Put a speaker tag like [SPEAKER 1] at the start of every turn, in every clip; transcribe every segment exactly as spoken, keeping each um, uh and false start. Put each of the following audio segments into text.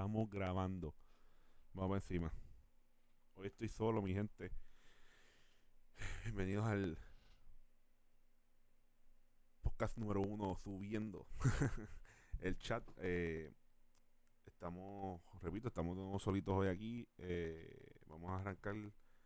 [SPEAKER 1] Estamos grabando. Vamos para encima. Hoy estoy solo, mi gente. Bienvenidos al podcast número uno, subiendo el chat. Eh, estamos, repito, estamos de nuevo solitos hoy aquí. Eh, vamos a arrancar.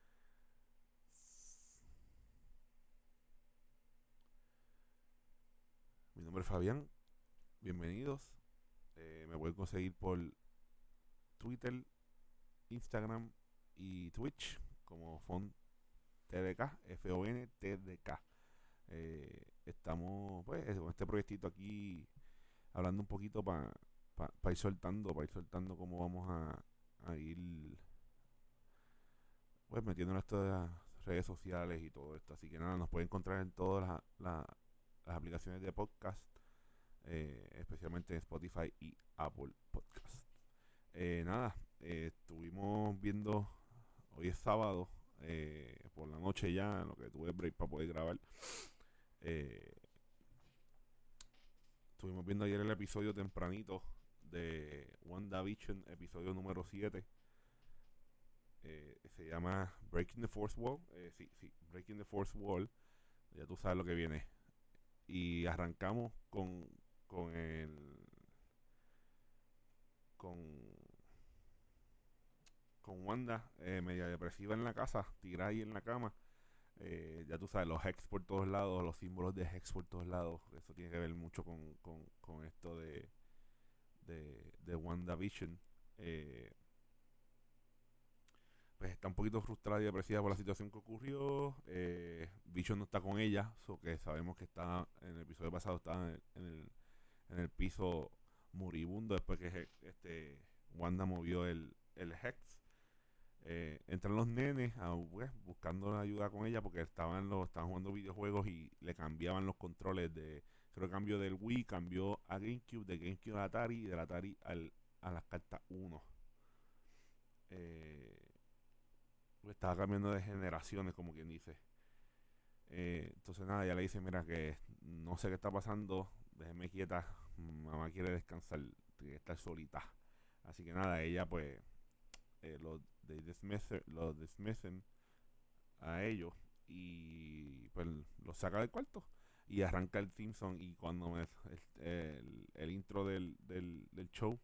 [SPEAKER 1] Mi nombre es Fabián. Bienvenidos. Eh, me pueden conseguir por Twitter, Instagram y Twitch como FonTDK, F O N T D K. Eh, estamos pues con este proyectito aquí hablando un poquito para pa, pa ir soltando, para ir soltando cómo vamos a, a ir pues metiendo en esto de las redes sociales y todo esto. Así que nada, nos pueden encontrar en todas las, las, las aplicaciones de podcast, eh, especialmente en Spotify y Apple Podcast. Eh, nada, eh, estuvimos viendo, hoy es sábado, eh, por la noche ya, en lo que tuve break para poder grabar. Eh, estuvimos viendo ayer el episodio tempranito de WandaVision, episodio número siete. Eh, se llama Breaking the Fourth Wall. Eh, sí, sí, Breaking the Fourth Wall. Ya tú sabes lo que viene. Y arrancamos con, con el. Con. Con Wanda, eh, media depresiva en la casa, tirada ahí en la cama. Eh, ya tú sabes, los Hex por todos lados, los símbolos de Hex por todos lados. Eso tiene que ver mucho con, con, con esto de, de, de WandaVision. Eh, pues está un poquito frustrada y depresiva por la situación que ocurrió. Eh, Vision no está con ella, so que sabemos que está en el episodio pasado estaba en el, en el, en el piso moribundo después que este Wanda movió el, el Hex. Eh, entran los nenes a, pues, buscando ayuda con ella porque estaban los estaban jugando videojuegos y le cambiaban los controles de creo que cambió del Wii, cambió a GameCube, de GameCube a Atari y del Atari al, a las cartas uno. Eh, estaba cambiando de generaciones, como quien dice. Eh, entonces nada, ella le dice, mira que no sé qué está pasando, déjeme quieta, mamá quiere descansar, quiere estar solita. Así que nada, ella pues eh, lo, de dismiss- lo dismisen a ellos y pues lo saca del cuarto y arranca el Simpson y cuando me, el, el, el intro del, del, del show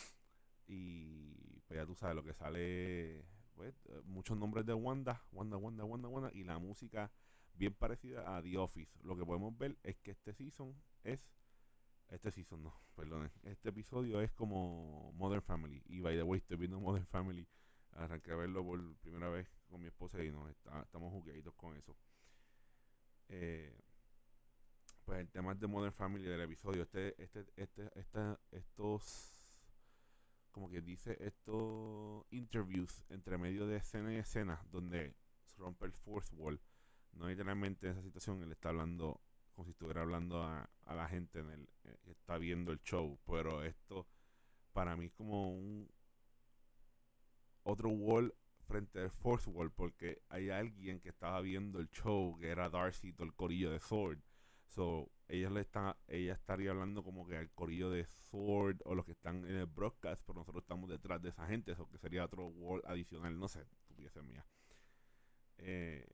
[SPEAKER 1] y pues ya tú sabes lo que sale, pues, eh, muchos nombres de Wanda, Wanda, Wanda, Wanda, Wanda y la música bien parecida a The Office. Lo que podemos ver es que este season es este season no, perdón, este episodio es como Modern Family y by the way estoy viendo Modern Family. Arranqué a verlo por primera vez con mi esposa y nos está, estamos juguetitos con eso. Eh, pues el tema de Modern Family del episodio, este, este, este, esta, estos como que dice estos interviews entre medio de escena y escena donde se rompe el fourth wall. No literalmente en esa situación él está hablando como si estuviera hablando a, a la gente en el eh, que está viendo el show, pero esto para mí es como un otro wall frente al fourth wall porque hay alguien que estaba viendo el show que era Darcy y todo el corillo de Sword. So, ella le está, ella estaría hablando como que al corillo de Sword o los que están en el broadcast, pero nosotros estamos detrás de esa gente, eso que sería otro wall adicional, no sé, tuviese mía. Eh,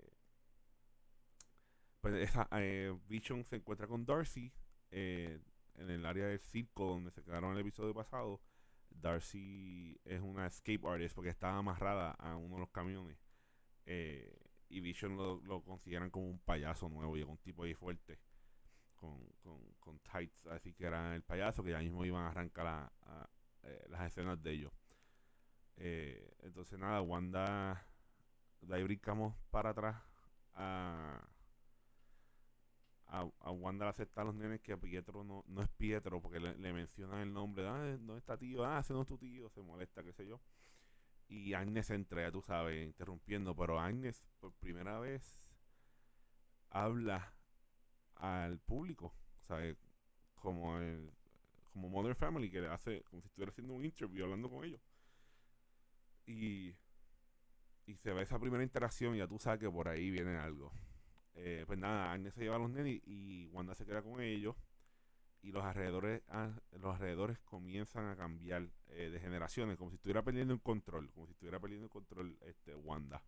[SPEAKER 1] pues esa eh, Vision se encuentra con Darcy eh, en el área del circo donde se quedaron en el episodio pasado. Darcy es una escape artist porque estaba amarrada a uno de los camiones. Eh, y Vision lo, lo consideran como un payaso nuevo y un tipo ahí fuerte con, con, con tights. Así que era el payaso que ya mismo iban a arrancar a, a, eh, las escenas de ellos. Eh, entonces, nada, Wanda, de ahí brincamos para atrás a a, a Wanda le acepta a los nenes que Pietro no, no es Pietro porque le, le mencionan el nombre. Ah, ¿dónde está tío? Ah, ese no es tu tío. Se molesta, qué sé yo. Y Agnes se entrega, tú sabes, interrumpiendo. Pero Agnes, por primera vez, habla al público. ¿Sabes? Como el, como Mother Family, que le hace como si estuviera haciendo un interview hablando con ellos. Y, y se ve esa primera interacción y ya tú sabes que por ahí viene algo. Eh, pues nada, Agnes se lleva a los nenes y Wanda se queda con ellos. y los alrededores, ah, los alrededores comienzan a cambiar eh, de generaciones, como si estuviera perdiendo el control, como si estuviera perdiendo el control este, Wanda.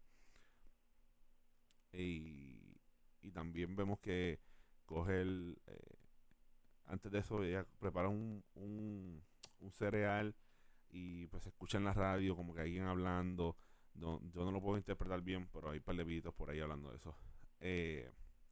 [SPEAKER 1] Y, y también vemos que coge el... eh, antes de eso ella prepara un, un, un cereal y pues se escucha en la radio como que alguien hablando. No, yo no lo puedo interpretar bien, pero hay un par de videitos por ahí hablando de eso. Eh,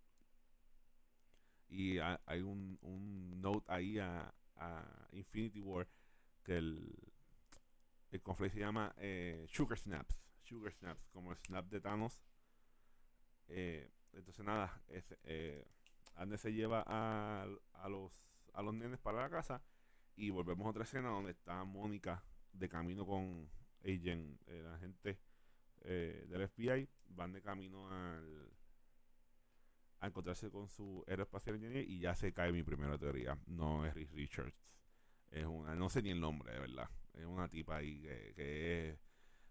[SPEAKER 1] y ha- hay un, un note ahí a, a Infinity War que el, el conflicto se llama eh, Sugar Snaps. Sugar Snaps, como el snap de Thanos. Eh, entonces nada, es, eh, Anne se lleva a, a los a los nenes para la casa y volvemos a otra escena donde está Mónica de camino con Agent, el agente eh, del F B I, van de camino al, a encontrarse con su aeroespacial engineer y ya se cae mi primera teoría. No es Reed Richards. Es una, no sé ni el nombre, de verdad. Es una tipa ahí que, que es-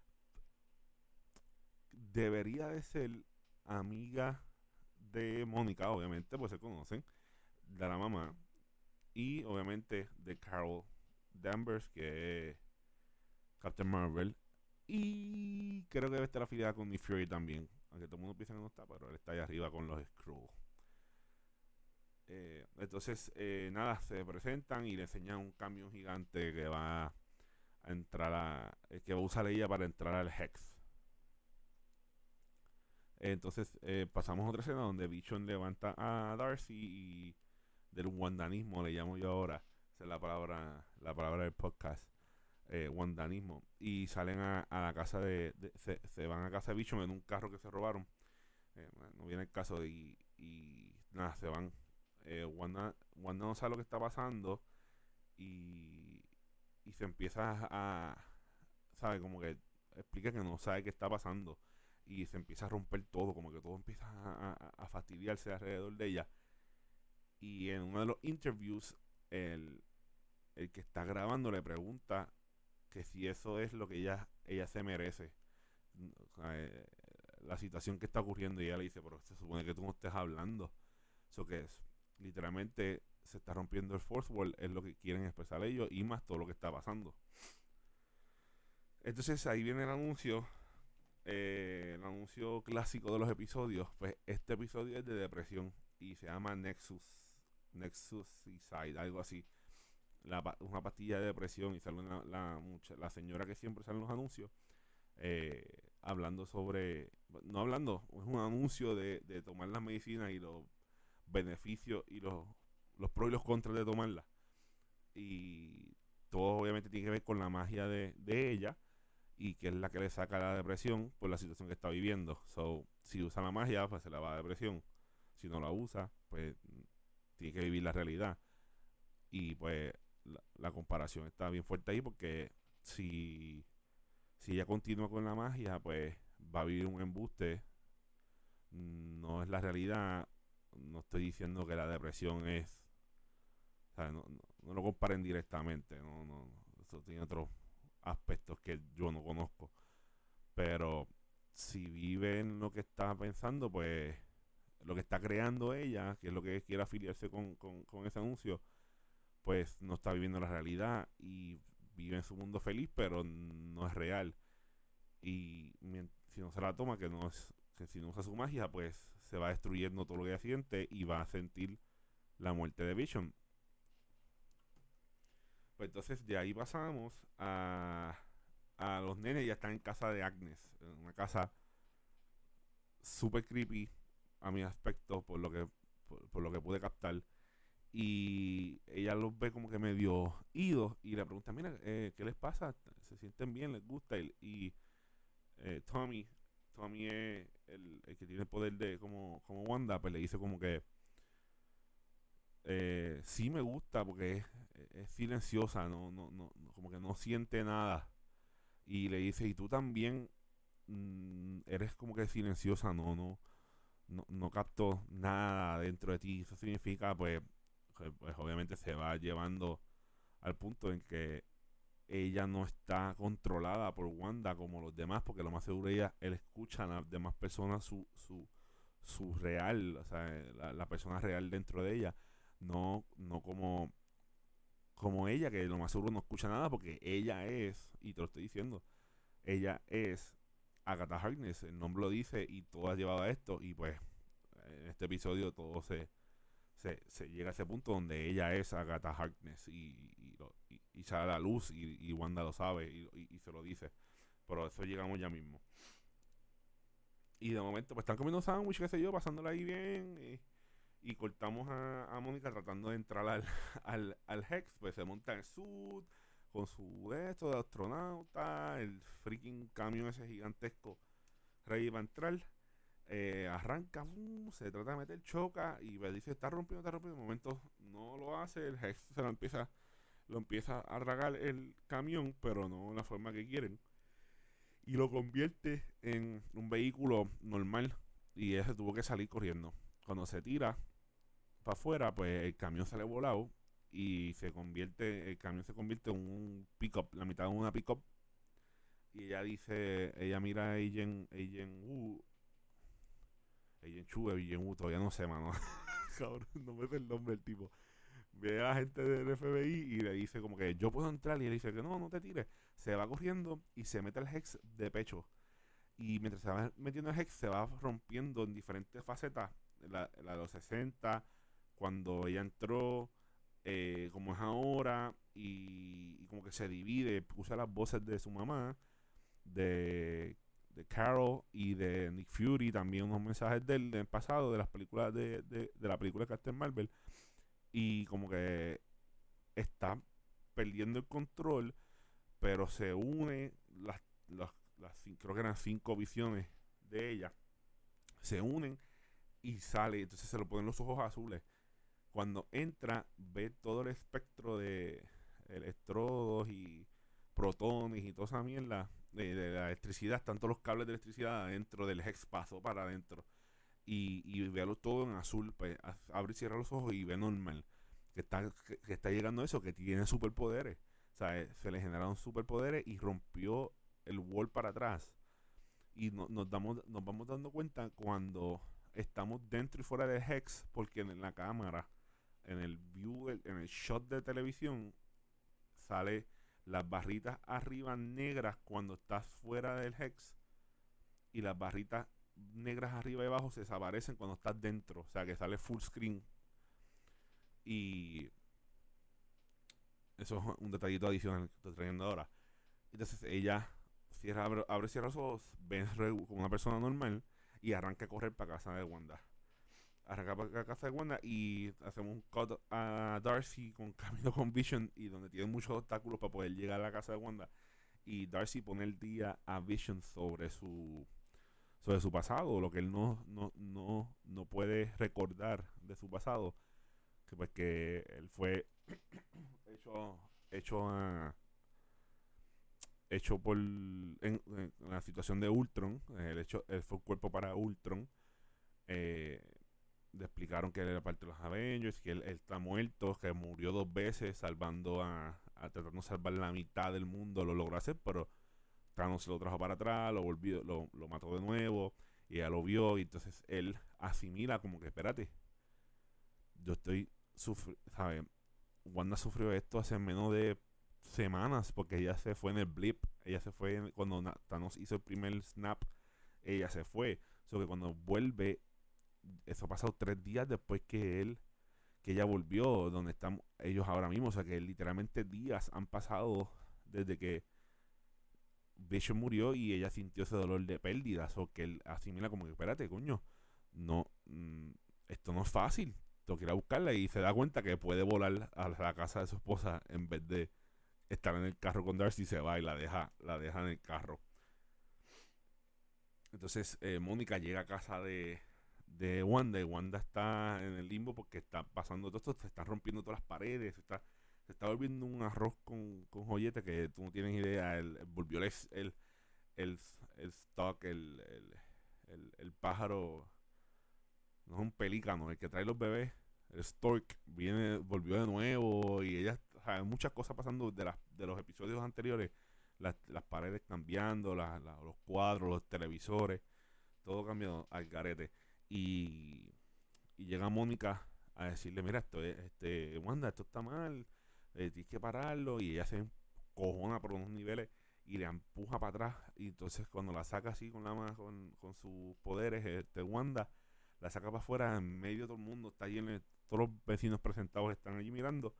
[SPEAKER 1] debería de ser amiga de Mónica, obviamente, pues se conocen, de la mamá, y obviamente de Carol Danvers, que es Captain Marvel, y creo que debe estar afiliada con Nick Fury también, aunque todo el mundo piensa que no está, pero él está ahí arriba con los Skrull. Eh, entonces, eh, nada, se presentan y le enseñan un camión gigante que va a entrar a. Eh, que va a usar ella para entrar al Hex. Entonces, eh, pasamos a otra escena donde Vision levanta a Darcy y del wandanismo, le llamo yo ahora. Esa es la palabra, la palabra del podcast. Eh, wandanismo. Y salen a, a la casa de. de- se, se van a casa de Vision en un carro que se robaron. Eh, no viene el caso de. Y, y nada, se van. Eh, Wanda, Wanda no sabe lo que está pasando y, y se empieza a, ¿sabe? Como que explica que no sabe qué está pasando y se empieza a romper todo, como que todo empieza a, a- a fastidiarse alrededor de ella. Y en uno de los interviews, el, el que está grabando le pregunta que si eso es lo que ella, ella se merece. O sea, eh, la situación que está ocurriendo y ella le dice, pero se supone que tú no estés hablando. Eso que es, literalmente se está rompiendo el Force World, es lo que quieren expresar ellos y más todo lo que está pasando. Entonces ahí viene el anuncio, eh, el anuncio clásico de los episodios. Pues este episodio es de depresión y se llama Nexus, Nexus Seaside, algo así. La, una pastilla de depresión y sale una, la, mucha, la señora que siempre sale en los anuncios eh, hablando sobre, no hablando, es un anuncio de, de tomar las medicinas y los beneficios y los, los pros y los contras de tomarla. Y todo obviamente tiene que ver con la magia de, de ella y que es la que le saca la depresión por la situación que está viviendo. So, si usa la magia, pues se la va a depresión. Si no la usa, pues tiene que vivir la realidad. Y pues la, la comparación está bien fuerte ahí porque si, si ella continúa con la magia, pues va a vivir un embuste. No es la realidad. No estoy diciendo que la depresión es. O sea, no, no, no lo comparen directamente. No, no, eso tiene otros aspectos que yo no conozco. Pero si vive en lo que está pensando, pues lo que está creando ella, que es lo que quiere afiliarse con, con, con ese anuncio, pues no está viviendo la realidad y vive en su mundo feliz, pero no es real. Y mien- si no se la toma, que no es, que si no usa su magia, pues se va destruyendo todo lo que ella siente y va a sentir la muerte de Vision. Pues entonces de ahí pasamos a, a los nenes ya están en casa de Agnes, en una casa super creepy a mi aspecto por lo que por, por lo que pude captar y ella los ve como que medio idos y le pregunta, mira, eh, ¿qué les pasa? ¿Se sienten bien? ¿Les gusta? Y, y, eh, Tommy Tommy es el, el que tiene el poder de como, como Wanda, pues le dice como que eh, sí me gusta porque es, es silenciosa, no, no, no, no, como que no siente nada y le dice, y tú también mm, eres como que silenciosa, no, no, no, no captó nada dentro de ti. Eso significa, pues, que, pues obviamente se va llevando al punto en que ella no está controlada por Wanda como los demás, porque lo más seguro ella, él escucha a las demás personas su, su, su real, o sea, la, la persona real dentro de ella, no, no como como ella, que lo más seguro no escucha nada porque ella es, y te lo estoy diciendo, ella es Agatha Harkness, el nombre lo dice y todo ha llevado a esto y pues en este episodio todo se, se, se llega a ese punto donde ella es Agatha Harkness y, y, lo- y- y sale a la luz y, y Wanda lo sabe y, y- y se lo dice, pero a eso llegamos ya mismo. Y de momento pues están comiendo sándwich, qué sé yo, pasándola ahí bien y, y cortamos a, a Mónica tratando de entrar al, al, al Hex, pues se monta en el suit con su esto de astronauta, el freaking camión ese gigantesco ready va a entrar, eh, arranca, ¡fum! Se trata de meter, choca y pues dice está rompiendo, está rompiendo, de momento no lo hace, el Hex se lo empieza, lo empieza a ragar el camión, pero no de la forma que quieren y lo convierte en un vehículo normal y ese tuvo que salir corriendo. Cuando se tira para afuera, pues el camión sale volado y se convierte, el camión se convierte en un pickup, la mitad de una pickup. Y ella dice, ella mira a Agent, Agent Wu, Agent Chu, Agent Wu, todavía no sé, mano. Cabrón, no me sé el nombre del tipo. Ve a la gente del F B I y le dice como que yo puedo entrar y él dice que no, no te tires. Se va corriendo y se mete el Hex de pecho. Y mientras se va metiendo el Hex, se va rompiendo en diferentes facetas. La, la de los sesenta, cuando ella entró, eh, como es ahora, y, y como que se divide, usa las voces de su mamá, de, de Carol y de Nick Fury, también unos mensajes del, del pasado, de las películas de, de, de la película de Captain Marvel, y como que está perdiendo el control, pero se une las, las, las cin- creo que eran cinco visiones de ella, se unen y sale, entonces se lo ponen los ojos azules. Cuando entra, ve todo el espectro de electrodos y protones y toda esa mierda de, de la electricidad, tanto los cables de electricidad adentro del hex pasó para adentro y, y verlo todo en azul, pues a- abre y cierra los ojos y ve normal que está, que, que está llegando a eso, que tiene superpoderes. O sea, eh, se le generaron superpoderes y rompió el wall para atrás. Y no- nos, damos, nos vamos dando cuenta cuando estamos dentro y fuera del Hex, porque en la cámara, en el view, del- en el shot de televisión, sale las barritas arriba negras cuando estás fuera del Hex y las barritas negras arriba y abajo se desaparecen cuando estás dentro. O sea, que sale full screen. Y eso es un detallito adicional que estoy trayendo ahora. Entonces ella cierra, abre, abre y cierra los ojos, ve como una persona normal y arranca a correr para casa de Wanda. Arranca para casa de Wanda y hacemos un cut a Darcy con camino con Vision y donde tiene muchos obstáculos para poder llegar a la casa de Wanda. Y Darcy pone el día a Vision sobre su sobre su pasado, lo que él no, no, no, no puede recordar de su pasado, que pues que él fue hecho hecho a hecho por en, en la situación de Ultron, el hecho él fue un cuerpo para Ultron, eh, le explicaron que él era parte de los Avengers, que él, él está muerto, que murió dos veces salvando a, a tratando de salvar la mitad del mundo, lo logró hacer, pero Thanos lo trajo para atrás, lo volvió, lo, lo mató de nuevo, y ella lo vio, y entonces él asimila como que, espérate, yo estoy, sufri ¿sabes? Wanda sufrió esto hace menos de semanas, porque ella se fue en el blip, ella se fue en- cuando Na- Thanos hizo el primer snap, ella se fue, so que cuando vuelve, eso ha pasado tres días después que él, que ella volvió, donde están ellos ahora mismo, o sea que literalmente días han pasado desde que Vision murió y ella sintió ese dolor de pérdidas o que él asimila como que, espérate, coño, no, mm, esto no es fácil, tengo que ir a buscarla y se da cuenta que puede volar a la casa de su esposa en vez de estar en el carro con Darcy y se va y la deja, la deja en el carro. Entonces eh, Mónica llega a casa de, de Wanda y Wanda está en el limbo porque está pasando todo esto, se están rompiendo todas las paredes, se está, se está volviendo un arroz con, con joyete que tú no tienes idea, el, el volvió el, el, el, el stock, el, el, el, el pájaro, no es un pelícano, el que trae los bebés, el stork, viene, volvió de nuevo y ella, o sea, hay muchas cosas pasando de, las, de los episodios anteriores, las, las paredes cambiando, la, la, los cuadros, los televisores, todo cambiado al garete. Y, y llega Mónica a decirle, mira, esto es, este, Wanda, esto está mal, eh, tienes que pararlo, y ella se encojona por unos niveles y le empuja para atrás, y entonces cuando la saca así con la ma- con, con sus poderes, este Wanda la saca para afuera en medio de todo el mundo, está lleno de todos los vecinos presentados están allí mirando,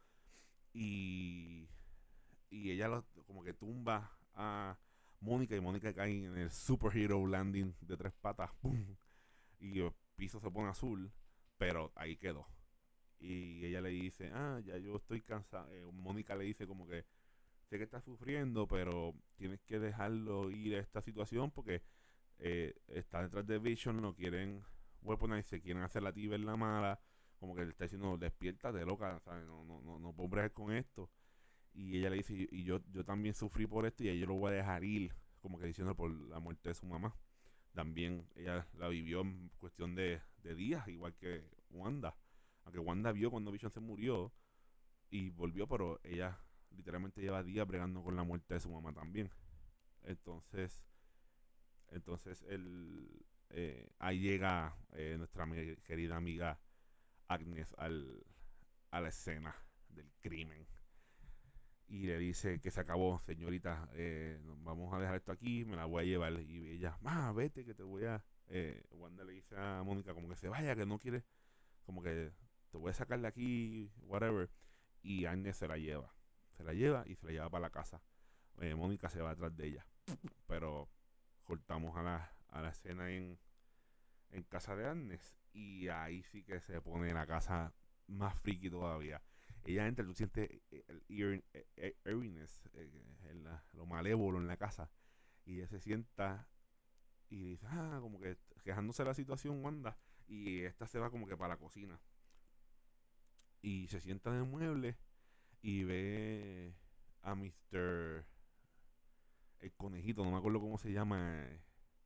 [SPEAKER 1] y y ella lo- como que tumba a Mónica, y Mónica cae en el superhero landing de tres patas, ¡pum! Y el piso se pone azul, pero ahí quedó. Y ella le dice, ah, ya yo estoy cansada. Eh, Mónica le dice como que sé que estás sufriendo, pero tienes que dejarlo ir a esta situación porque eh, está detrás de Vision, lo quieren weaponize, quieren hacer la tibia en la mala, como que le está diciendo, despiértate loca, ¿sabes? No, no, no, no puedo bregar con esto. Y ella le dice, y y yo, yo también sufrí por esto, y yo lo voy a dejar ir, como que diciendo por la muerte de su mamá. También ella la vivió en cuestión de, de días, igual que Wanda. Aunque Wanda vio cuando Vision se murió y volvió, pero ella literalmente lleva días bregando con la muerte de su mamá también. Entonces, entonces el, eh, ahí llega eh, nuestra ami- querida amiga Agnes al, a la escena del crimen, y le dice que se acabó, señorita, eh, vamos a dejar esto aquí, me la voy a llevar. Y ella, ah, vete que te voy a... Eh, Wanda le dice a Mónica como que se vaya, que no quiere, como que te voy a sacar de aquí, whatever. Y Agnes se la lleva, se la lleva y se la lleva para la casa. Eh, Mónica se va atrás de ella, pero cortamos a la, a la escena en, en casa de Agnes, y ahí sí que se pone la casa más friki todavía. Ella entra, tú sientes eh, el eer- eh, eh, eeriness, eh, el- la- lo malévolo en la casa, y ella se sienta y dice, ah, como que quejándose de la situación, Wanda, y esta se va como que para la cocina, y se sienta en el mueble y ve a mister el conejito, no me acuerdo cómo se llama. eh,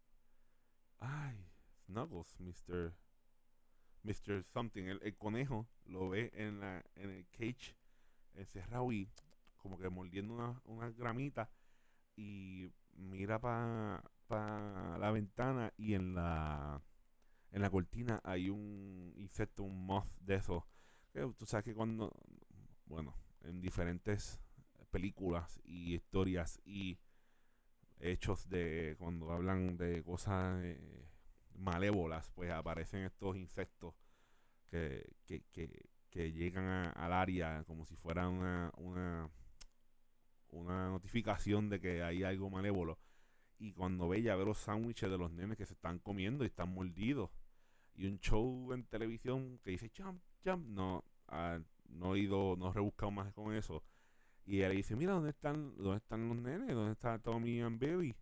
[SPEAKER 1] Ay, Snuggles, mister mister Something, el, el conejo, lo ve en, la, en el cage encerrado y como que mordiendo una, una gramita, y mira para pa la ventana, y en la en la cortina hay un insecto, un moth de esos. Que tú sabes que cuando, bueno, en diferentes películas y historias y hechos de cuando hablan de cosas eh, malévolas, pues aparecen estos insectos que, que, que, que llegan a- al área como si fuera una, una, una notificación de que hay algo malévolo. Y cuando ve, ya ve los sándwiches de los nenes que se están comiendo y están mordidos. Y un show en televisión que dice jump, jump, no, ah, no he ido, no he rebuscado más con eso. Y ella le dice, mira, ¿dónde están, dónde están los nenes? ¿Dónde está Tommy and Baby?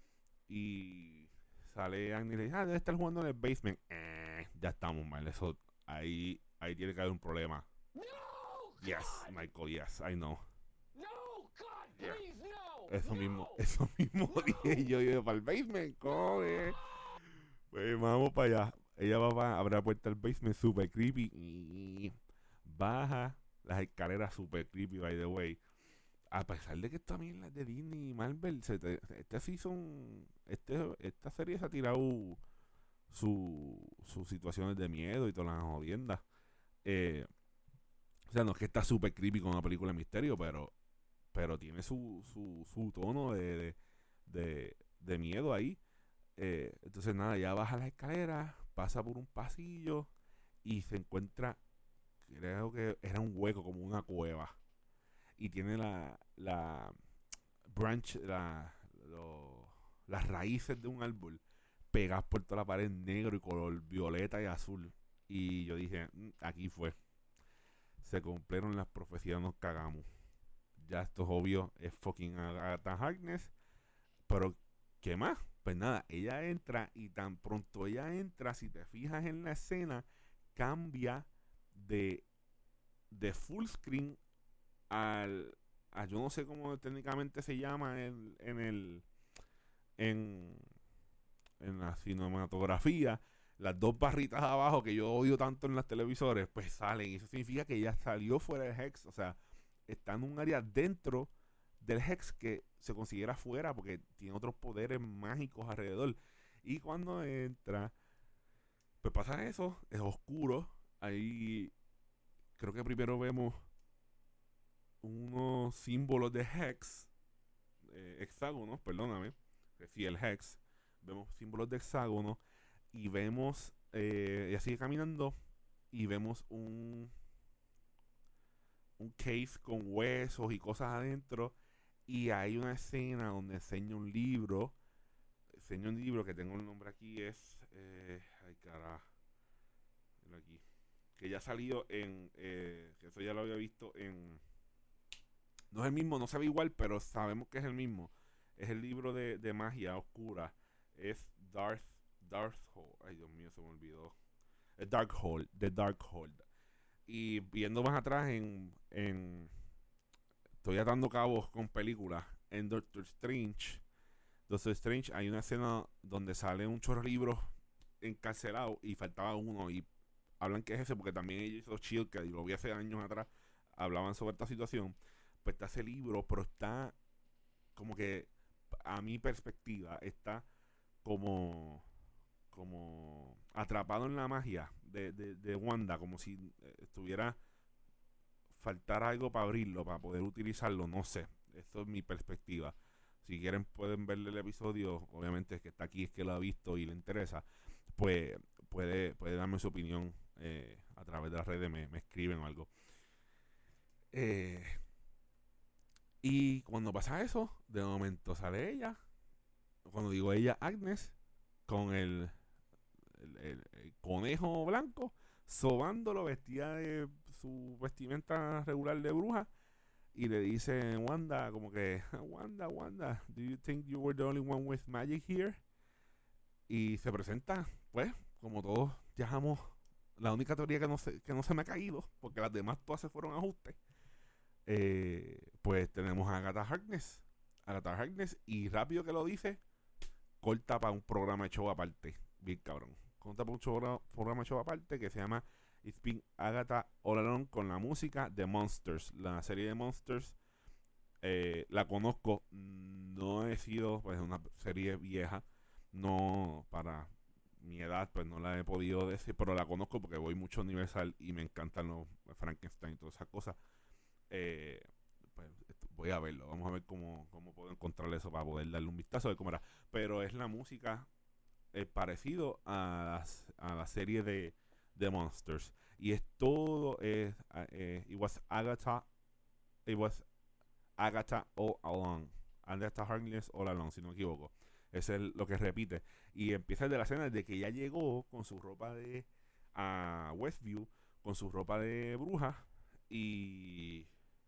[SPEAKER 1] Y sale Agnes y le dice, ah, debe estar jugando en el basement. Eh, ya estamos mal, eso, ahí, ahí tiene que haber un problema.
[SPEAKER 2] No,
[SPEAKER 1] Yes,
[SPEAKER 2] God!
[SPEAKER 1] Michael, yes, I know.
[SPEAKER 2] No, God,
[SPEAKER 1] Yeah.
[SPEAKER 2] please, no!
[SPEAKER 1] Eso mismo,
[SPEAKER 2] No!
[SPEAKER 1] eso mismo dije
[SPEAKER 2] No!
[SPEAKER 1] yo, yo para el basement, coge.
[SPEAKER 2] No!
[SPEAKER 1] Pues vamos para allá. Ella va para abrir la puerta del basement, super creepy. Y baja las escaleras, super creepy, by the way. A pesar de que también las de Disney y Marvel, se te- este season, este, esta serie se ha tirado su, sus situaciones de miedo y todas las jodiendas. Eh, o sea, no es que está super creepy con una película de misterio, pero, pero tiene su, su, su tono de, de, de, de miedo ahí. Eh, entonces, nada, ya baja las escaleras, pasa por un pasillo y se encuentra, creo que era un hueco, como una cueva. Y tiene la, la branch, la, lo- las raíces de un árbol pegadas por toda la pared, negro y color violeta y azul. Y yo dije, "Mm, aquí fue. Se cumplieron las profecías, nos cagamos. Ya esto es obvio, es fucking Agatha Harkness. Pero, ¿qué más? Pues nada, ella entra, y tan pronto ella entra, si te fijas en la escena, cambia de, de full screen al... A, yo no sé cómo técnicamente se llama en, en el... En, en la cinematografía, las dos barritas abajo que yo odio tanto en los televisores, pues salen. Y eso significa que ella salió fuera del Hex. O sea, está en un área dentro del Hex que se considera fuera porque tiene otros poderes mágicos alrededor. Y cuando entra, pues pasa eso, es oscuro. Ahí creo que primero vemos unos símbolos de hex, eh, hexágonos, perdóname, que sí, el hex, vemos símbolos de hexágono y vemos, eh, ella sigue caminando y vemos un, un case con huesos y cosas adentro y hay una escena donde enseña un libro, enseña un libro que tengo el nombre aquí, es, eh, ay carajo, aquí, que ya salió en, eh, que eso ya lo había visto en, no es el mismo, no se ve igual, pero sabemos que es el mismo. Es el libro de, de magia oscura. Es Darth, Darkhold. Ay, Dios mío, se me olvidó. Es Darkhold, The Darkhold. Y viendo más atrás en, en estoy atando cabos con películas. En Doctor Strange, Doctor Strange hay una escena donde sale un chorro de libros encarcelado y faltaba uno y hablan que es ese porque también ellos hizo Shield, que lo vi hace años atrás, hablaban sobre esta situación. Pues está ese libro, pero está como que a mi perspectiva está como como atrapado en la magia de, de, de Wanda, como si eh, estuviera faltar algo para abrirlo, para poder utilizarlo, no sé. Eso es mi perspectiva. Si quieren pueden verle el episodio, obviamente es que está aquí, es que lo ha visto y le interesa, pues puede, puede darme su opinión eh, a través de las redes, me, me escriben o algo. Eh, y cuando pasa eso, de momento sale ella, cuando digo ella, Agnes, con el, el, el- el conejo blanco, sobándolo, vestida de su vestimenta regular de bruja, y le dice Wanda, como que, Wanda, Wanda, do you think you were the only one with magic here? Y se presenta, pues, como todos ya hemos, la única teoría que no se, que no se me ha caído, porque las demás todas se fueron a ajustes, eh, pues tenemos a Agatha Harkness, Agatha Harkness, y rápido que lo dice, corta para un programa de show aparte, bien cabrón. Corta para un show- programa de show aparte que se llama It's Been Agatha All Along con la música de Monsters. La serie de Monsters eh, la conozco, no he sido, pues una serie vieja, no para mi edad, pues no la he podido decir, pero la conozco porque voy mucho a Universal y me encantan los Frankenstein y todas esas cosas. Eh, pues esto- voy a verlo, vamos a ver cómo, cómo puedo encontrar eso para poder darle un vistazo de cómo era. Pero es la música eh, parecido a, las- a la serie de, de Monsters. Y es todo, es, ah, eh, it was Agatha, it was Agatha all along. Agatha Harkness all along, si no me equivoco. Eso es lo que repite. Y empieza de la escena de que ella llegó con su ropa de a Westview, con su ropa de bruja y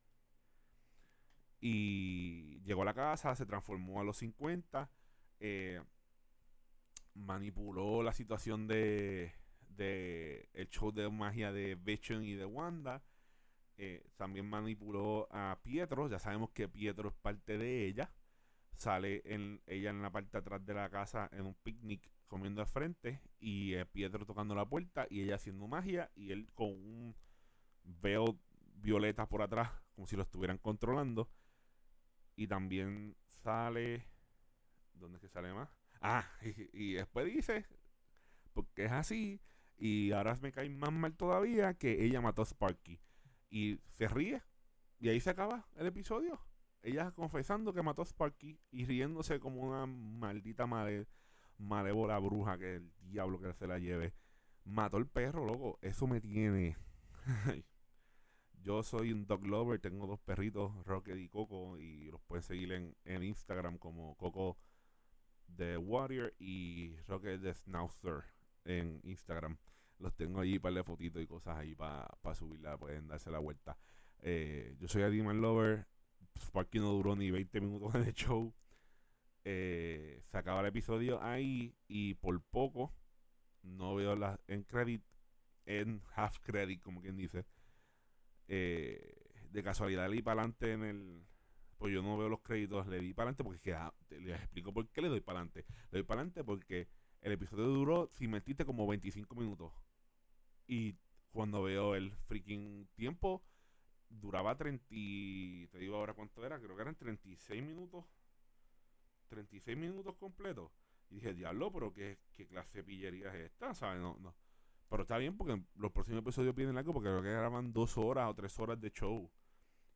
[SPEAKER 1] y llegó a la casa, se transformó a los cincuenta, eh, manipuló la situación de, de el show de magia de Vision y de Wanda, eh, también manipuló a Pietro, ya sabemos que Pietro es parte de ella, sale en, ella en la parte de atrás de la casa en un picnic comiendo al frente y eh, Pietro tocando la puerta y ella haciendo magia y él con un veo violeta por atrás como si lo estuvieran controlando y también sale, ¿dónde es que sale más? Ah, y, y después dice, porque es así, y ahora me cae más mal todavía que ella mató a Sparky. Y se ríe, y ahí se acaba el episodio. Ella confesando que mató a Sparky y riéndose como una maldita male, malévola bruja que el diablo que se la lleve. Mató el perro, loco. Eso me tiene. Yo soy un dog lover, tengo dos perritos, Rocket y Coco, y los pueden seguir en, en Instagram como Coco The Warrior y Rocket the Schnauzer en Instagram. Los tengo allí para de fotitos y cosas ahí para pa subirla, pueden darse la vuelta. Eh, yo soy Adiman Lover. Sparky no duró ni veinte minutos en el show. Eh, se acaba el episodio ahí y por poco no veo la en credit, en half credit, como quien dice. Eh, de casualidad le di para adelante en el. Pues yo no veo los créditos, le di para adelante porque queda, les explico por qué le doy para adelante. Le doy para adelante porque el episodio duró, sin mentirte, como veinticinco minutos. Y cuando veo el freaking tiempo, duraba treinta. Te digo ahora cuánto era, creo que eran treinta y seis minutos. treinta y seis minutos completos. Y dije, diablo, pero qué, qué clase de pillería es esta, ¿sabes? No, no. Pero está bien porque los próximos episodios vienen largos porque creo que graban dos horas o tres horas de show.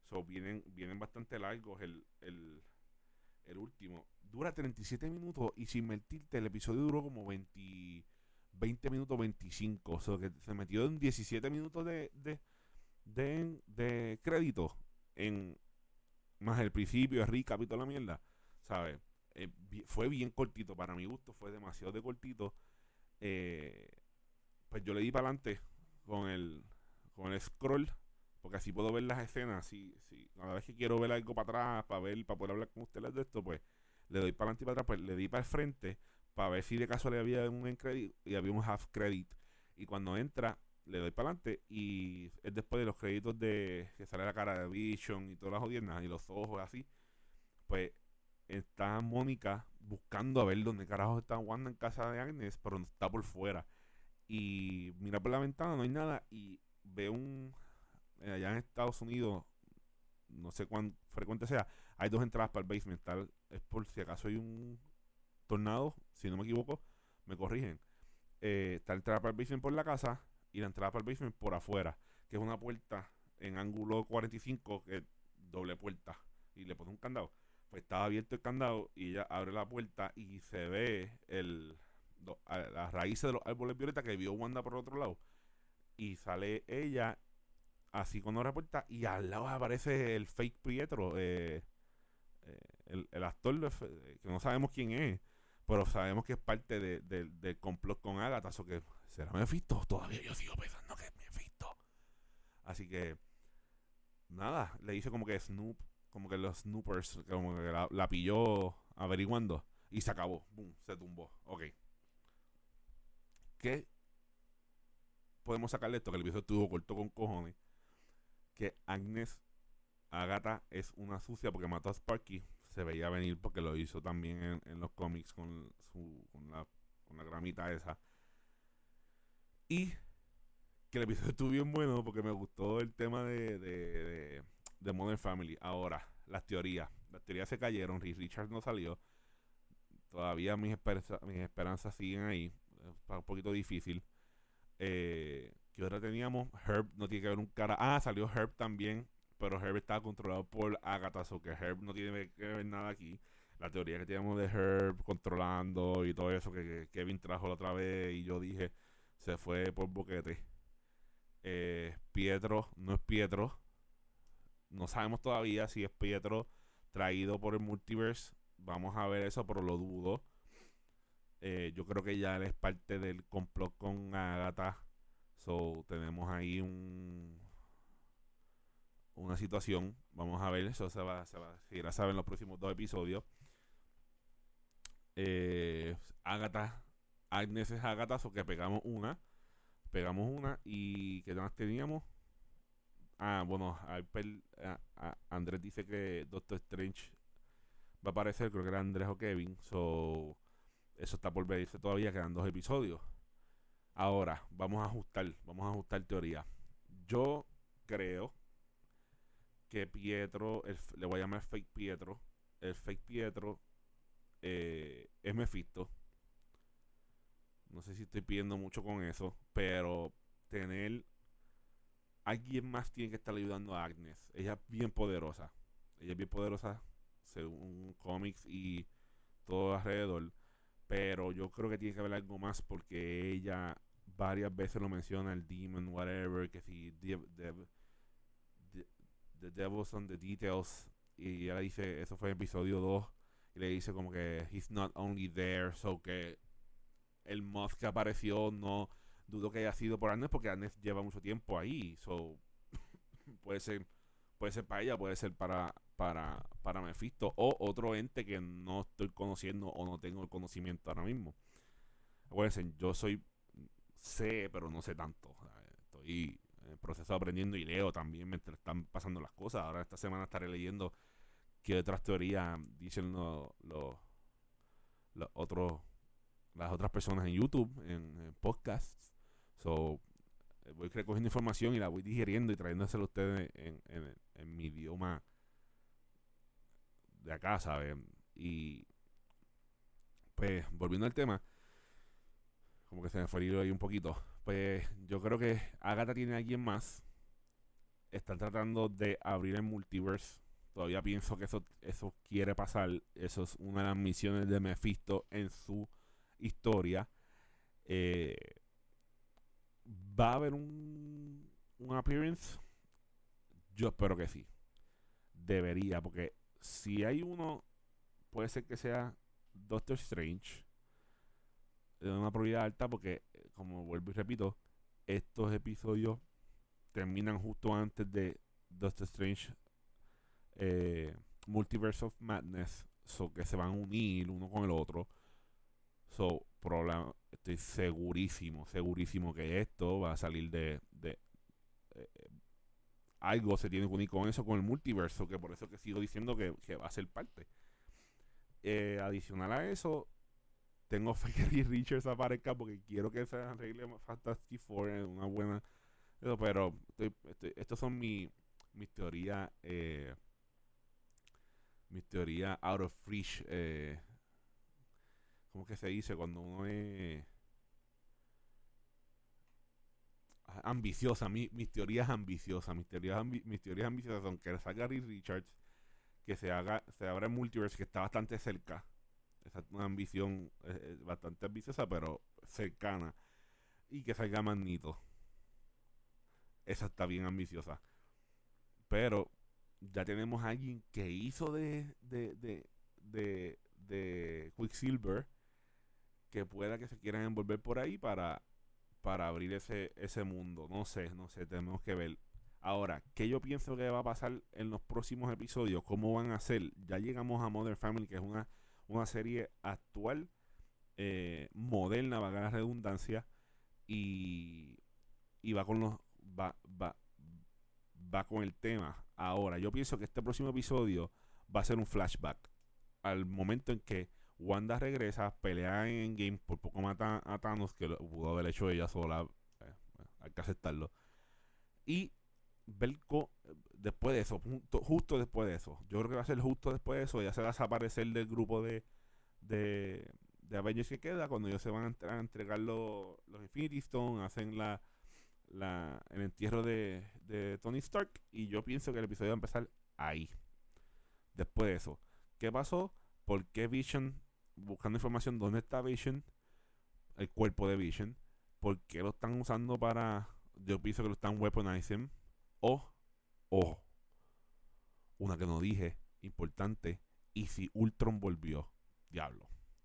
[SPEAKER 1] So, vienen, vienen bastante largos el, el, el último. Dura treinta y siete minutos y sin mentirte, el episodio duró como veinte, veinte minutos veinticinco. O sea, que se metió en diecisiete minutos de, de, de, de crédito. En, más el principio, el recap y toda la mierda. ¿Sabes? Eh, bi- fue bien cortito. Para mi gusto fue demasiado de cortito. Eh, pues yo le di para adelante con el, con el scroll. Porque así puedo ver las escenas. Si, si, cada vez que quiero ver algo para atrás, para ver, para poder hablar con ustedes de esto, pues le doy para adelante y para atrás, pues le di para el frente para ver si de casualidad había un end credit y había un half credit. Y cuando entra, le doy para adelante y es después de los créditos de que sale la cara de Vision y todas las jodiendas y los ojos así, pues está Mónica buscando a ver dónde carajos está Wanda en casa de Agnes, pero no está por fuera. Y mira por la ventana, no hay nada y ve un... eh, allá en Estados Unidos, no sé cuán frecuente sea, hay dos entradas para el basement. Tal, es por si acaso hay un tornado, si no me equivoco, me corrigen. Eh, está la entrada para el basement por la casa y la entrada para el basement por afuera, que es una puerta en ángulo cuarenta y cinco, que es doble puerta, y le pone un candado. Pues estaba abierto el candado y ella abre la puerta y se ve el, do- a- las raíces de los árboles violeta que vio Wanda por otro lado. Y sale ella así cuando abre la puerta y al lado aparece el fake Pietro, eh, eh, el, el actor de fe- eh, que no sabemos quién es, pero sabemos que es parte de, de- del complot con Agatha, o que será Mephisto. Todavía yo sigo pensando que es Mephisto. Así que, nada, le hice como que Snoop, como que los Snoopers, como que la, la pilló averiguando y se acabó. Boom, se tumbó. Ok. ¿Qué podemos sacarle esto? Que el episodio estuvo corto con cojones. Que Agnes Agatha es una sucia porque mató a Sparky. Se veía venir porque lo hizo también en, en los cómics con, su, con, la, con la gramita esa. Y que el episodio estuvo bien bueno porque me gustó el tema de, de, de, de Modern Family. Ahora, las teorías. Las teorías se cayeron. Reed Richards no salió. Todavía mis, esperanza, mis esperanzas siguen ahí. Está un poquito difícil. Eh, ¿Qué otra teníamos? Herb no tiene que ver un cara. Ah, salió Herb también. Pero Herb estaba controlado por Agatha. O que Herb no tiene que ver nada aquí. La teoría que teníamos de Herb controlando y todo eso que, que Kevin trajo la otra vez. Y yo dije, se fue por boquete. Eh, Pietro no es Pietro. No sabemos todavía si es Pietro traído por el multiverse. Vamos a ver eso, pero lo dudo. Eh, yo creo que ya él es parte del complot con Agatha. So, tenemos ahí un, una situación. Vamos a ver, eso se va, se va a seguir a saber en los próximos dos episodios. Eh, Agatha, Agnes es Agatha, so que pegamos una. Pegamos una y ¿qué más teníamos? Ah, bueno, Hyper, a- a- Andrés dice que Doctor Strange va a aparecer, creo que era Andrés o Kevin. So, eso está por verse todavía, quedan dos episodios. Ahora, vamos a ajustar, vamos a ajustar teoría. Yo creo que Pietro, el f- le voy a llamar fake Pietro. El fake Pietro eh, es Mephisto. No sé si estoy pidiendo mucho con eso, pero tener alguien más tiene que estar ayudando a Agnes. Ella es bien poderosa. Ella es bien poderosa según cómics y todo alrededor. Pero yo creo que tiene que haber algo más porque ella varias veces lo menciona, el demon, whatever, que si dev, dev, the, the devil's on the details. Y ella dice, eso fue en episodio dos y le dice como que he's not only there, so que el moth que apareció no dudo que haya sido por Agnes porque Agnes lleva mucho tiempo ahí, so puede ser puede ser para ella, puede ser para para para Mephisto o otro ente que no estoy conociendo o no tengo el conocimiento ahora mismo. Acuérdense, yo soy sé, pero no sé tanto. O sea, estoy en el proceso de aprendiendo y leo también mientras están pasando las cosas. Ahora esta semana estaré leyendo qué otras teorías dicen los los los otros las otras personas en YouTube, en, en podcasts. So, eh, voy recogiendo información y la voy digiriendo y trayéndosela a ustedes en, en, en mi idioma de acá, ¿saben? Y pues, volviendo al tema, como que se me fue el hilo ahí un poquito. Pues yo creo que Agatha tiene a alguien más. están tratando de abrir el multiverse. Todavía pienso que eso, eso quiere pasar. Eso es una de las misiones de Mephisto en su historia. Eh, ¿Va a haber un, un appearance? Yo espero que sí. Debería, porque si hay uno, puede ser que sea Doctor Strange. De una probabilidad alta, porque, como vuelvo y repito, estos episodios terminan justo antes de Doctor Strange eh, Multiverse of Madness. So que se van a unir uno con el otro. So, problema, estoy segurísimo, segurísimo que esto va a salir de, de eh, algo se tiene que unir con eso, con el multiverso, que por eso que sigo diciendo que, que va a ser parte. Eh, adicional a eso, tengo fe que Reed Richards aparezca porque quiero que se arregle Fantastic Four en una buena. Eso, pero estoy, estoy, estos son mi, mis teorías, eh, mis teorías out of reach. Eh, ¿Cómo que se dice cuando uno es ambiciosa? Mi, mis teorías ambiciosas, mis teorías, ambi mis teorías ambiciosas son que salga Reed Richards, que se haga, se abra el multiverse, que está bastante cerca. Esa es una ambición eh, bastante ambiciosa, pero cercana. Y que salga Magneto. Esa está bien ambiciosa. Pero ya tenemos a alguien que hizo de, de, de, de, de Quicksilver, que pueda que se quieran envolver por ahí para, para abrir ese, ese mundo. No sé, no sé, tenemos que ver. Ahora, ¿qué yo pienso que va a pasar en los próximos episodios? ¿Cómo van a ser? Ya llegamos a Modern Family, que es una, una serie actual, eh, moderna, valga la redundancia, y, y va con los va, va, va con el tema. Ahora, yo pienso que este próximo episodio va a ser un flashback al momento en que Wanda regresa, pelea en Endgame, por poco mata a Thanos, que lo pudo haber hecho ella sola, eh, hay que aceptarlo. Y Belco, después de eso, justo, justo después de eso, yo creo que va a ser justo después de eso, ya se va a desaparecer del grupo de, de, de Avengers que queda, cuando ellos se van a, entre, a entregar lo, los Infinity Stone, hacen la, la el entierro de, de Tony Stark, y yo pienso que el episodio va a empezar ahí. Después de eso, ¿qué pasó? ¿Por qué Vision, buscando información, dónde está Vision, el cuerpo de Vision? ¿Por qué lo están usando para, yo pienso que lo están weaponizing? O, o, una que no dije, importante, y si Ultron volvió, diablo.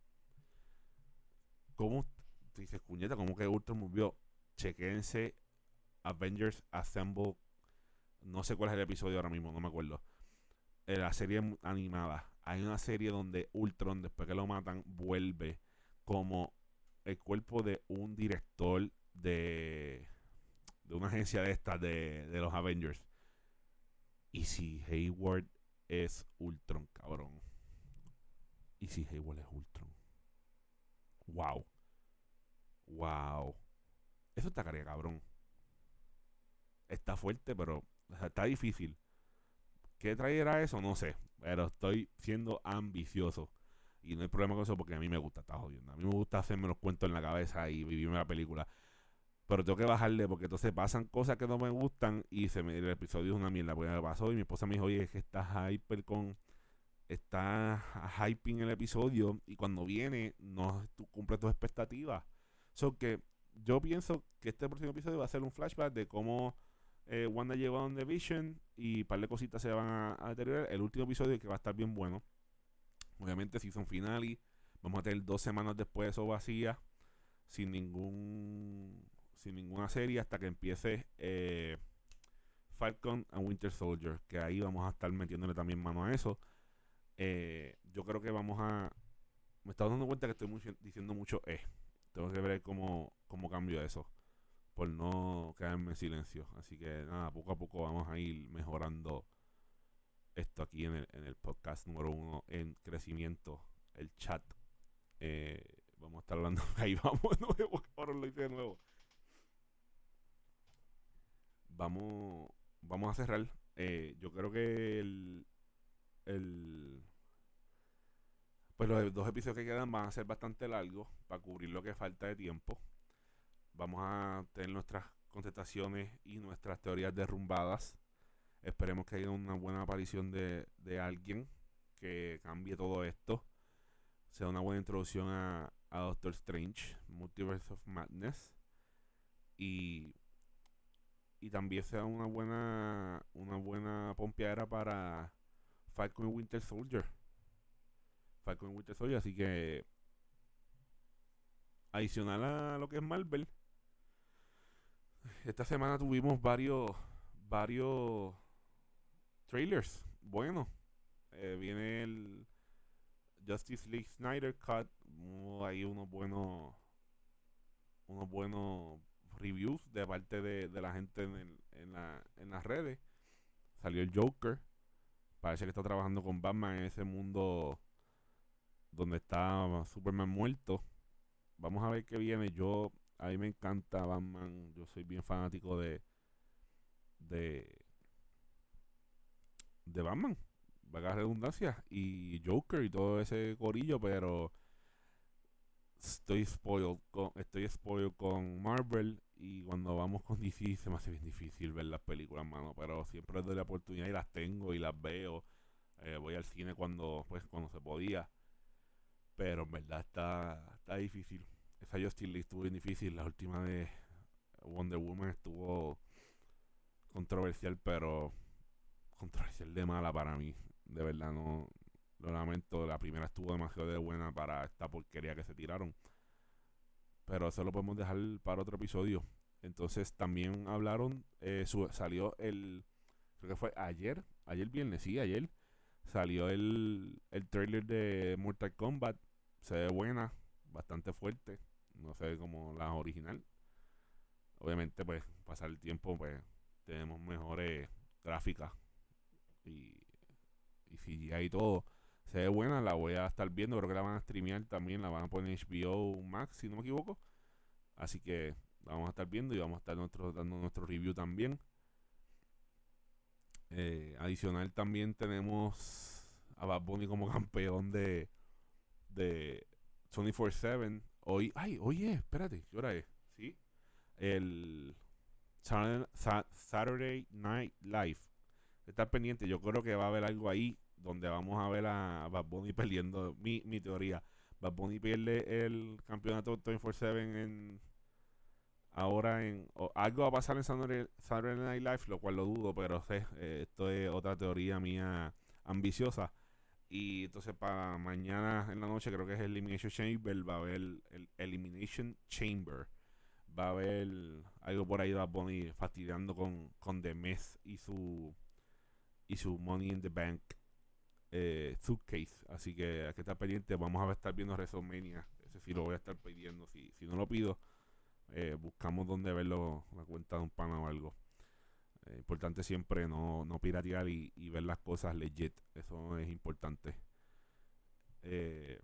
[SPEAKER 1] ¿Cómo? Dices, cuñeta, ¿cómo que Ultron volvió? Chequense Avengers Assemble, no sé cuál es el episodio ahora mismo, no me acuerdo. En la serie animada, hay una serie donde Ultron, después que lo matan, vuelve como el cuerpo de un director de, de una agencia de estas, de, de los Avengers. ¿Y si Hayward es Ultron, cabrón? ¿Y si Hayward es Ultron? Wow. Wow. Eso está cariño, cabrón. Está fuerte, pero o sea, está difícil. ¿Qué traerá eso? No sé. Pero estoy siendo ambicioso. Y no hay problema con eso porque a mí me gusta, está jodiendo. A mí me gusta hacerme los cuentos en la cabeza y vivirme la película. Pero tengo que bajarle porque entonces pasan cosas que no me gustan y se me, el episodio es una mierda. Porque me pasó y mi esposa me dijo, oye, es que estás hyper con... Está hyping el episodio y cuando viene no tú cumple tus expectativas. So que yo pienso que este próximo episodio va a ser un flashback de cómo eh, Wanda llegó a donde Vision y un par de cositas se van a, a deteriorar. El último episodio que va a estar bien bueno. Obviamente season finale. Vamos a tener dos semanas después de eso vacía. Sin ningún sin ninguna serie hasta que empiece eh, Falcon and Winter Soldier. Que ahí vamos a estar metiéndole también mano a eso. Eh, yo creo que vamos a... Me estaba dando cuenta que estoy muy, diciendo mucho eh. Tengo que ver cómo, cómo cambio eso. Por no quedarme en silencio. Así que nada, poco a poco vamos a ir mejorando esto aquí en el, en el podcast número uno en crecimiento. El chat. Eh, vamos a estar hablando. Ahí vamos de nuevo. Ahora lo hice de nuevo. Vamos, vamos a cerrar. Eh, yo creo que el, el pues los dos episodios que quedan van a ser bastante largos para cubrir lo que falta de tiempo. Vamos a tener nuestras contestaciones y nuestras teorías derrumbadas Esperemos que haya una buena aparición de, de alguien que cambie todo esto. Sea una buena introducción a, a Doctor Strange, Multiverse of Madness. Y, y también sea una buena una buena pompeadera para Falcon y Winter Soldier. Falcon y Winter Soldier, así que adicional a lo que es Marvel, esta semana tuvimos varios varios trailers. Bueno, eh, viene el Justice League Snyder Cut. Uh, hay unos buenos unos buenos reviews de parte de, de la gente en, el- en, la, en las redes. Salió el Joker. Parece que está trabajando con Batman en ese mundo donde está Superman muerto. Vamos a ver qué viene. Yo, a mí me encanta Batman. Yo soy bien fanático de, de, de Batman. Vaga redundancia. Y Joker y todo ese corillo, pero estoy spoiled con, estoy spoiled con Marvel. Y cuando vamos con D C se me hace bien difícil ver las películas, mano. Pero siempre doy la oportunidad y las tengo y las veo. Eh, voy al cine cuando, pues, cuando se podía. Pero en verdad está, está difícil. Esa Justice League estuvo bien difícil. La última de Wonder Woman estuvo controversial, pero controversial de mala para mí. De verdad, no lo lamento. La primera estuvo demasiado de buena para esta porquería que se tiraron. Pero eso lo podemos dejar para otro episodio. Entonces también hablaron, eh, su- salió el, creo que fue ayer, ayer viernes, sí, ayer, salió el, el trailer de Mortal Kombat. Se ve buena, bastante fuerte. No se ve como la original. Obviamente, pues, pasar el tiempo, pues, tenemos mejores gráficas y, y C G I y todo. Se ve buena, la voy a estar viendo. Creo que la van a streamear también, la van a poner en H B O Max, si no me equivoco. Así que la vamos a estar viendo y vamos a estar nosotros dando nuestro review también. Eh, adicional también tenemos a Bad Bunny como campeón de, de veinticuatro siete. Hoy, ay, oye, espérate, ¿qué hora es? ¿Sí? El Saturday, Sa- Saturday Night Live. Estar pendiente, yo creo que va a haber algo ahí donde vamos a ver a Bad Bunny perdiendo. Mi, mi teoría, Bad Bunny pierde el campeonato veinticuatro siete en ahora en o- algo va a pasar en Saturday, Saturday Night Live, lo cual lo dudo, pero sé, eh, esto es otra teoría mía ambiciosa. Y entonces para mañana en la noche creo que es el Elimination Chamber, va a haber el Elimination Chamber. Va a haber algo por ahí de Bad Bunny fastidiando con, con The Miz y su y su Money in the Bank eh, suitcase. Así que hay que estar pendiente. Vamos a estar viendo WrestleMania. Ese sí lo voy a estar pidiendo. Si, si no lo pido, eh, buscamos donde verlo, la cuenta de un pana o algo. Eh, importante siempre no, no piratear y, y ver las cosas legit. Eso es importante. Eh,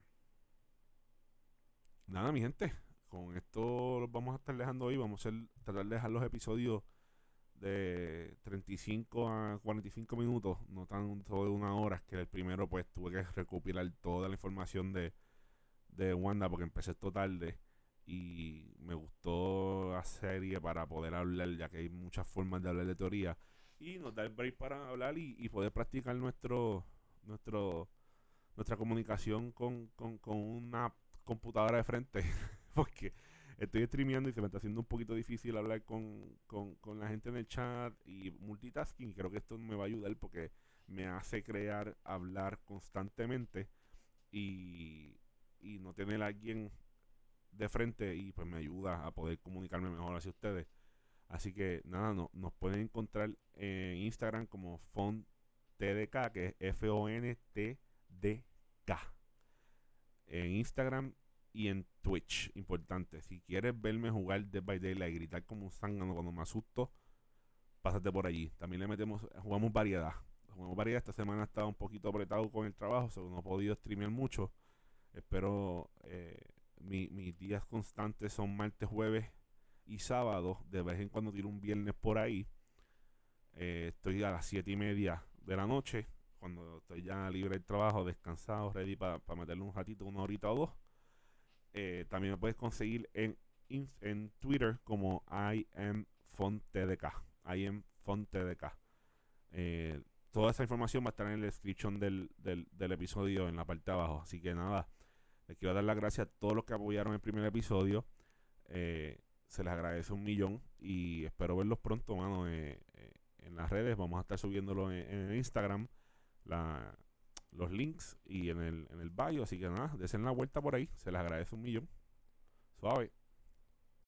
[SPEAKER 1] Nada, mi gente. Con esto los vamos a estar dejando hoy. Vamos a hacer- tratar de dejar los episodios de treinta y cinco a cuarenta y cinco minutos, no tanto de una hora, que el primero pues tuve que recopilar toda la información de, de Wanda porque empecé esto tarde y me gustó la serie para poder hablar, ya que hay muchas formas de hablar de teoría y nos da el break para hablar y, y poder practicar nuestro nuestro nuestra comunicación con, con, con una computadora de frente porque estoy streameando y se me está haciendo un poquito difícil hablar con, con, con la gente en el chat y multitasking. Y creo que esto me va a ayudar porque me hace crear, hablar constantemente y, y no tener a alguien de frente y pues me ayuda a poder comunicarme mejor hacia ustedes. Así que nada, no, nos pueden encontrar en Instagram como FonTDK, que es F O N T D K. En Instagram y en Twitch. Importante. Si quieres verme jugar Dead by Daylight y gritar como un zángano cuando me asusto, pásate por allí. También le metemos, jugamos variedad. Jugamos variedad. Esta semana he estado un poquito apretado con el trabajo, so no he podido streamear mucho. Espero, eh, mi- mis días constantes son martes, jueves y sábado. De vez en cuando tiro un viernes por ahí. Eh, estoy a las siete y media de la noche. Cuando estoy ya libre del trabajo, descansado, ready para pa meterle un ratito, una horita o dos. Eh, también me puedes conseguir en, en Twitter como I am FonTDK. I am FonTDK. Eh, toda esa información va a estar en la descripción del, del, del episodio en la parte de abajo. Así que nada, les quiero dar las gracias a todos los que apoyaron el primer episodio. Eh, se les agradece un millón y espero verlos pronto, mano, eh, eh, en las redes. Vamos a estar subiéndolo en, en Instagram, la, los links y en el, en el bio. Así que nada, desen la vuelta por ahí. Se les agradece un millón. Suave.